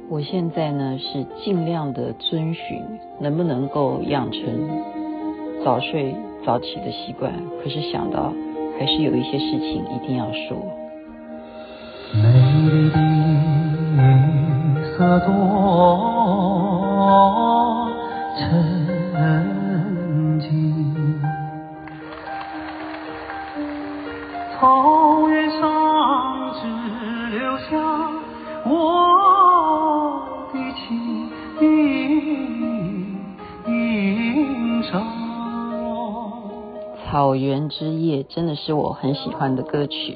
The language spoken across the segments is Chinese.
我现在呢是尽量的遵循，能不能够养成早睡早起的习惯，可是想到还是有一些事情一定要说。 美丽的色多沉静，草原上只留下我的情伤。 草原之夜真的是我很喜欢的歌曲。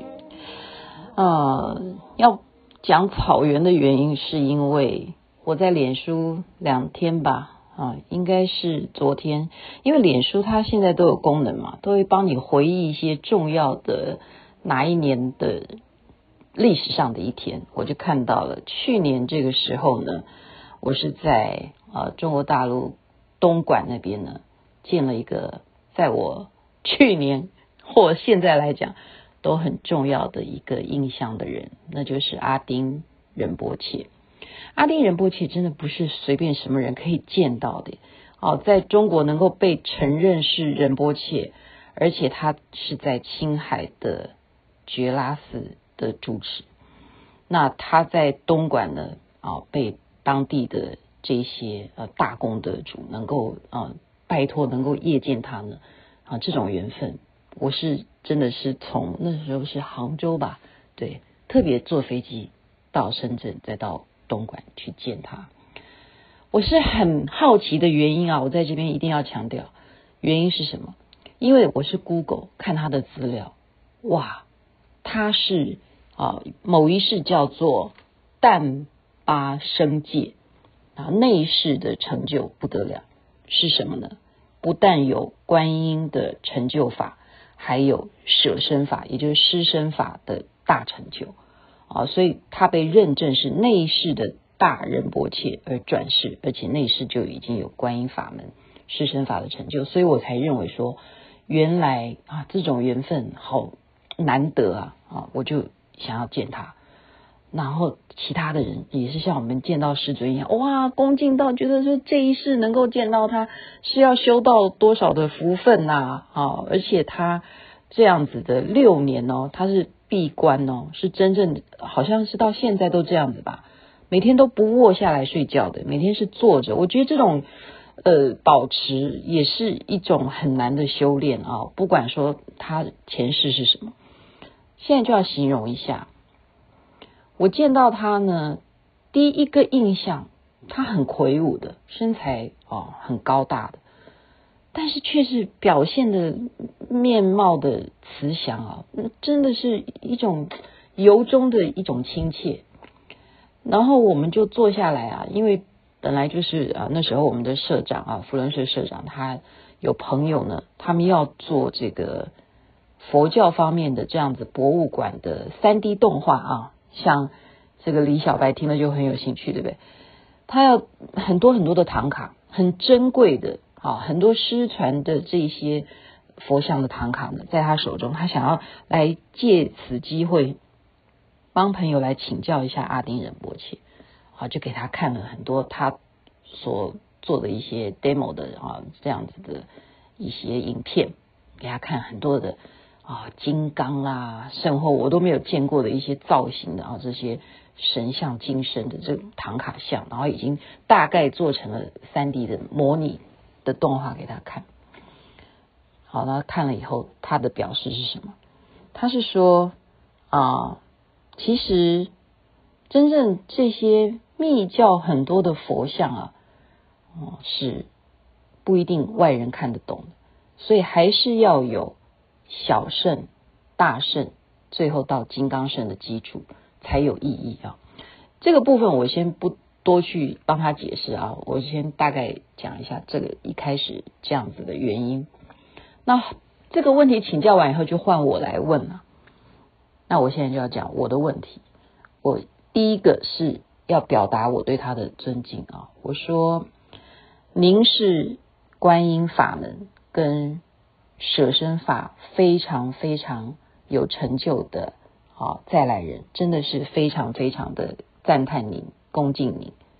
要讲草原的原因是因为我在脸书2天吧，应该是昨天，因为脸书它现在都有功能嘛，都会帮你回忆一些重要的哪一年的历史上的一天，我就看到了去年这个时候呢，我是在中国大陆东莞那边呢见了一个在我去年或现在来讲都很重要的一个印象的人，那就是阿丁仁波切。阿丁仁波切真的不是随便什么人可以见到的，在中国能够被承认是仁波切，而且他是在青海的觉拉寺的住持。那他在东莞呢，被当地的这些大功德主能够拜托能够谒见他呢，这种缘分，我是真的是从那时候是杭州吧，对，特别坐飞机到深圳，再到东莞去见他。我是很好奇的原因我在这边一定要强调，原因是什么？因为我是 Google 看他的资料，哇，他是某一世叫做淡巴生界内世的成就不得了，是什么呢？不但有观音的成就法，还有舍身法，也就是施身法的大成就所以他被认证是内世的大仁波切而转世，而且内世就已经有观音法门施身法的成就，所以我才认为说原来这种缘分好难得我就想要见他。然后其他的人也是像我们见到师尊一样，哇，恭敬到觉得说这一世能够见到他是要修到多少的福分而且他这样子的6年他是闭关是真正好像是到现在都这样子吧，每天都不卧下来睡觉的，每天是坐着。我觉得这种保持也是一种很难的修炼不管说他前世是什么，现在就要形容一下。我见到他呢，第一个印象，他很魁梧的身材很高大的，但是却是表现的面貌的慈祥真的是一种由衷的一种亲切。然后我们就坐下来因为本来就是那时候我们的社长福伦社社长他有朋友呢，他们要做这个佛教方面的这样子博物馆的 3D 动画像这个李小白听了就很有兴趣，对不对？他要很多很多的唐卡，很珍贵的很多失传的这些佛像的唐卡呢，在他手中，他想要来借此机会帮朋友来请教一下阿丁仁波切就给他看了很多他所做的一些 demo 的这样子的一些影片，给他看很多的金刚圣后我都没有见过的一些造型的这些神像金身的这种唐卡像，然后已经大概做成了 3D 的模拟的动画给他看。好了，看了以后他的表示是什么？他是说其实真正这些密教很多的佛像是不一定外人看得懂的，所以还是要有小圣、大圣，最后到金刚圣的基础才有意义这个部分我先不多去帮他解释我先大概讲一下这个一开始这样子的原因。那这个问题请教完以后就换我来问了，那我现在就要讲我的问题。我第一个是要表达我对他的尊敬我说您是观音法门跟舍身法非常非常有成就的再来人，真的是非常非常的赞叹您恭敬您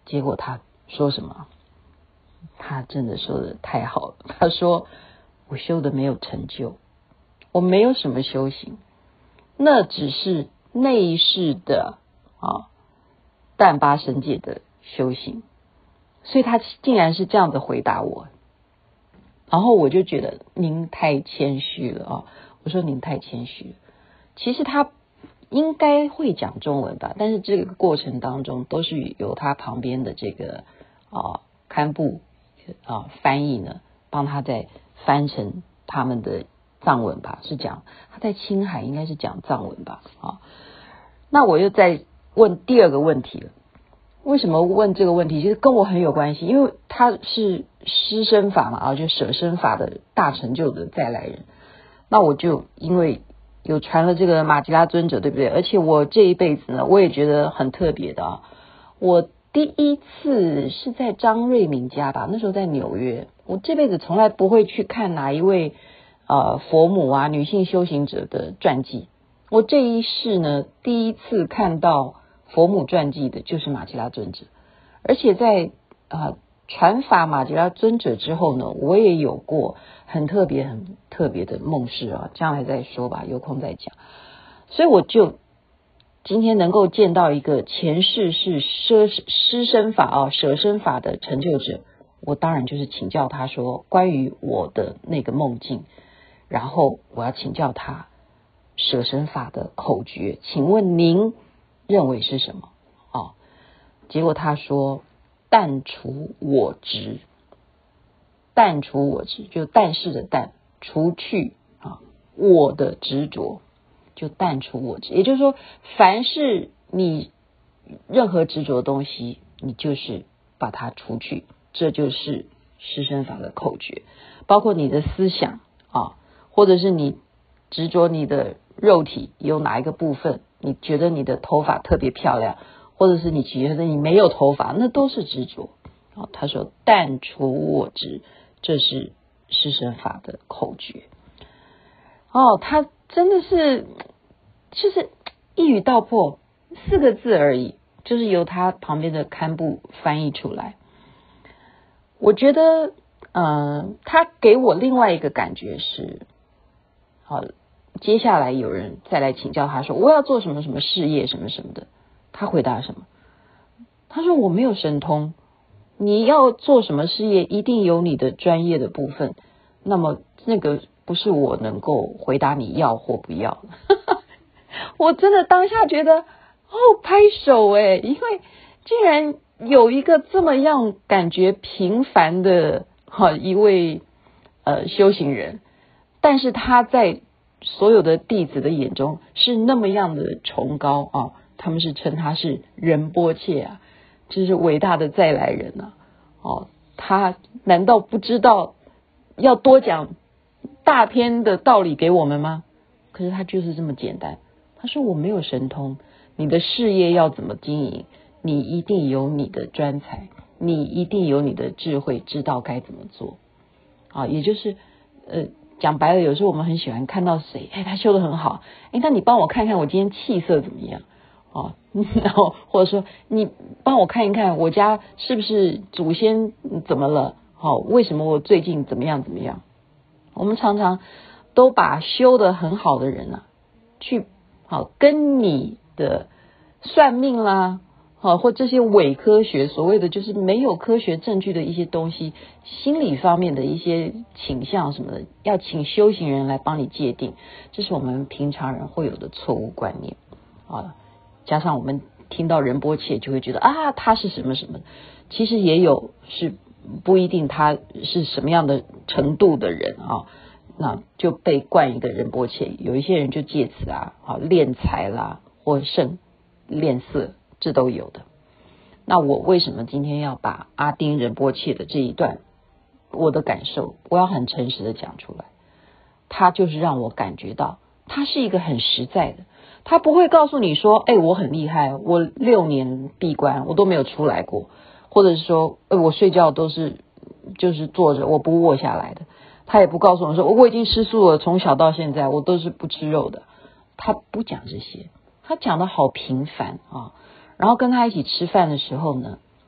结果他说什么？他真的说的太好了。他说我修的没有成就，我没有什么修行，那只是内视的淡八神界的修行。所以他竟然是这样子回答我，然后我就觉得您太谦虚了我说您太谦虚了。其实他应该会讲中文吧，但是这个过程当中都是由他旁边的这个堪布翻译呢帮他再翻成他们的藏文吧，是讲他在青海应该是讲藏文吧那我又再问第二个问题了。为什么问这个问题？其实跟我很有关系，因为他是施身法嘛就舍身法的大成就的再来人。那我就因为有传了这个玛吉拉尊者，对不对？而且我这一辈子呢，我也觉得很特别的我第一次是在张瑞敏家吧，那时候在纽约。我这辈子从来不会去看哪一位佛母女性修行者的传记。我这一世呢，第一次看到佛母传记的就是玛吉拉尊者。而且在传法玛吉拉尊者之后呢，我也有过很特别的梦事将来再说吧，有空再讲。所以我就今天能够见到一个前世是施身法舍身法的成就者，我当然就是请教他说关于我的那个梦境，然后我要请教他舍身法的口诀，请问您认为是什么结果他说淡除我执。淡除我执就淡是的淡，除去我的执着，就淡除我执。也就是说，凡是你任何执着的东西，你就是把它除去，这就是施身法的口诀。包括你的思想或者是你执着你的肉体有哪一个部分，你觉得你的头发特别漂亮，或者是你觉得你没有头发，那都是执着他说淡除我执，这是施身法的口诀他真的是就是一语道破，4个字而已，就是由他旁边的堪布翻译出来。我觉得他给我另外一个感觉是接下来有人再来请教他说我要做什么什么事业什么什么的，他回答什么？他说我没有神通，你要做什么事业一定有你的专业的部分，那么那个不是我能够回答你要或不要我真的当下觉得拍手因为竟然有一个这么样感觉平凡的一位修行人，但是他在所有的弟子的眼中是那么样的崇高他们是称他是仁波切就是伟大的再来人他难道不知道要多讲大篇的道理给我们吗？可是他就是这么简单。他说我没有神通，你的事业要怎么经营，你一定有你的专才，你一定有你的智慧，知道该怎么做也就是讲白了，有时候我们很喜欢看到谁他修得很好那你帮我看看我今天气色怎么样然后或者说你帮我看一看我家是不是祖先怎么了为什么我最近怎么样怎么样。我们常常都把修得很好的人去跟你的算命啦或这些伪科学，所谓的就是没有科学证据的一些东西，心理方面的一些倾向什么的，要请修行人来帮你界定，这是我们平常人会有的错误观念加上我们听到仁波切就会觉得他是什么什么，其实也有是不一定他是什么样的程度的人那就被冠一个仁波切。有一些人就借此敛财啦，或甚敛色，这都有的。那我为什么今天要把阿丁仁波切的这一段我的感受，我要很诚实的讲出来？他就是让我感觉到他是一个很实在的，他不会告诉你说我很厉害，我6年闭关我都没有出来过，或者是说我睡觉都是就是坐着我不卧下来的。他也不告诉我说我已经吃素了，从小到现在我都是不吃肉的。他不讲这些，他讲的好平凡然后跟他一起吃饭的时候呢，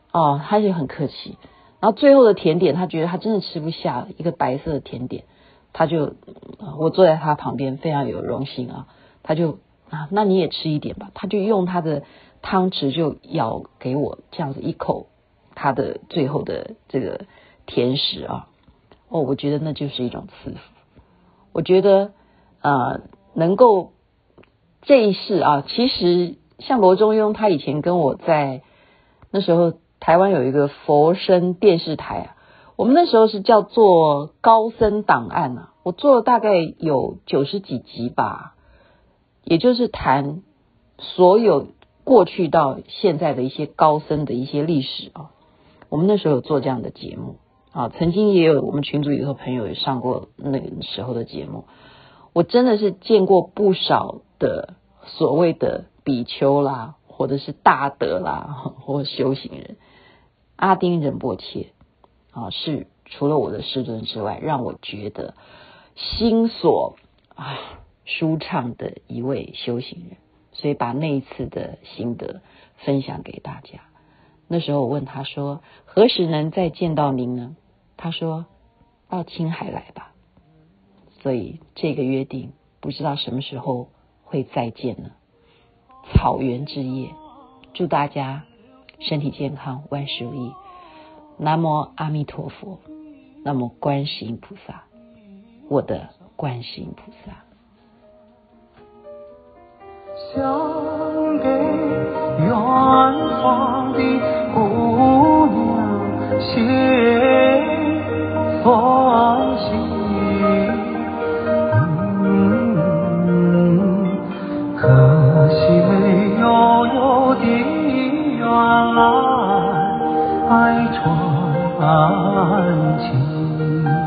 哦，他就很客气。然后最后的甜点，他觉得他真的吃不下一个白色的甜点，他就我坐在他旁边，非常有荣幸啊。他就那你也吃一点吧。他就用他的汤匙就舀给我这样子一口，他的最后的这个甜食啊。哦，我觉得那就是一种赐福。我觉得能够这一世啊，其实像罗中庸，他以前跟我在那时候台湾有一个佛声电视台啊，我们那时候是叫做高僧档案啊，我做了大概有90几集吧，也就是谈所有过去到现在的一些高僧的一些历史啊。我们那时候有做这样的节目啊，曾经也有我们群组里头朋友也上过那个时候的节目。我真的是见过不少的所谓的比丘啦，或者是大德啦，或修行人。阿丁仁波切是除了我的师尊之外，让我觉得心所舒畅的一位修行人，所以把那一次的心得分享给大家。那时候我问他说，何时能再见到您呢？他说，到青海来吧。所以这个约定不知道什么时候会再见呢。草原之夜，祝大家身体健康，万事如意。南无阿弥陀佛，南无观世音菩萨，我的观世音菩萨。 想给远方的姑娘写封信，可惜没有的缘来传情。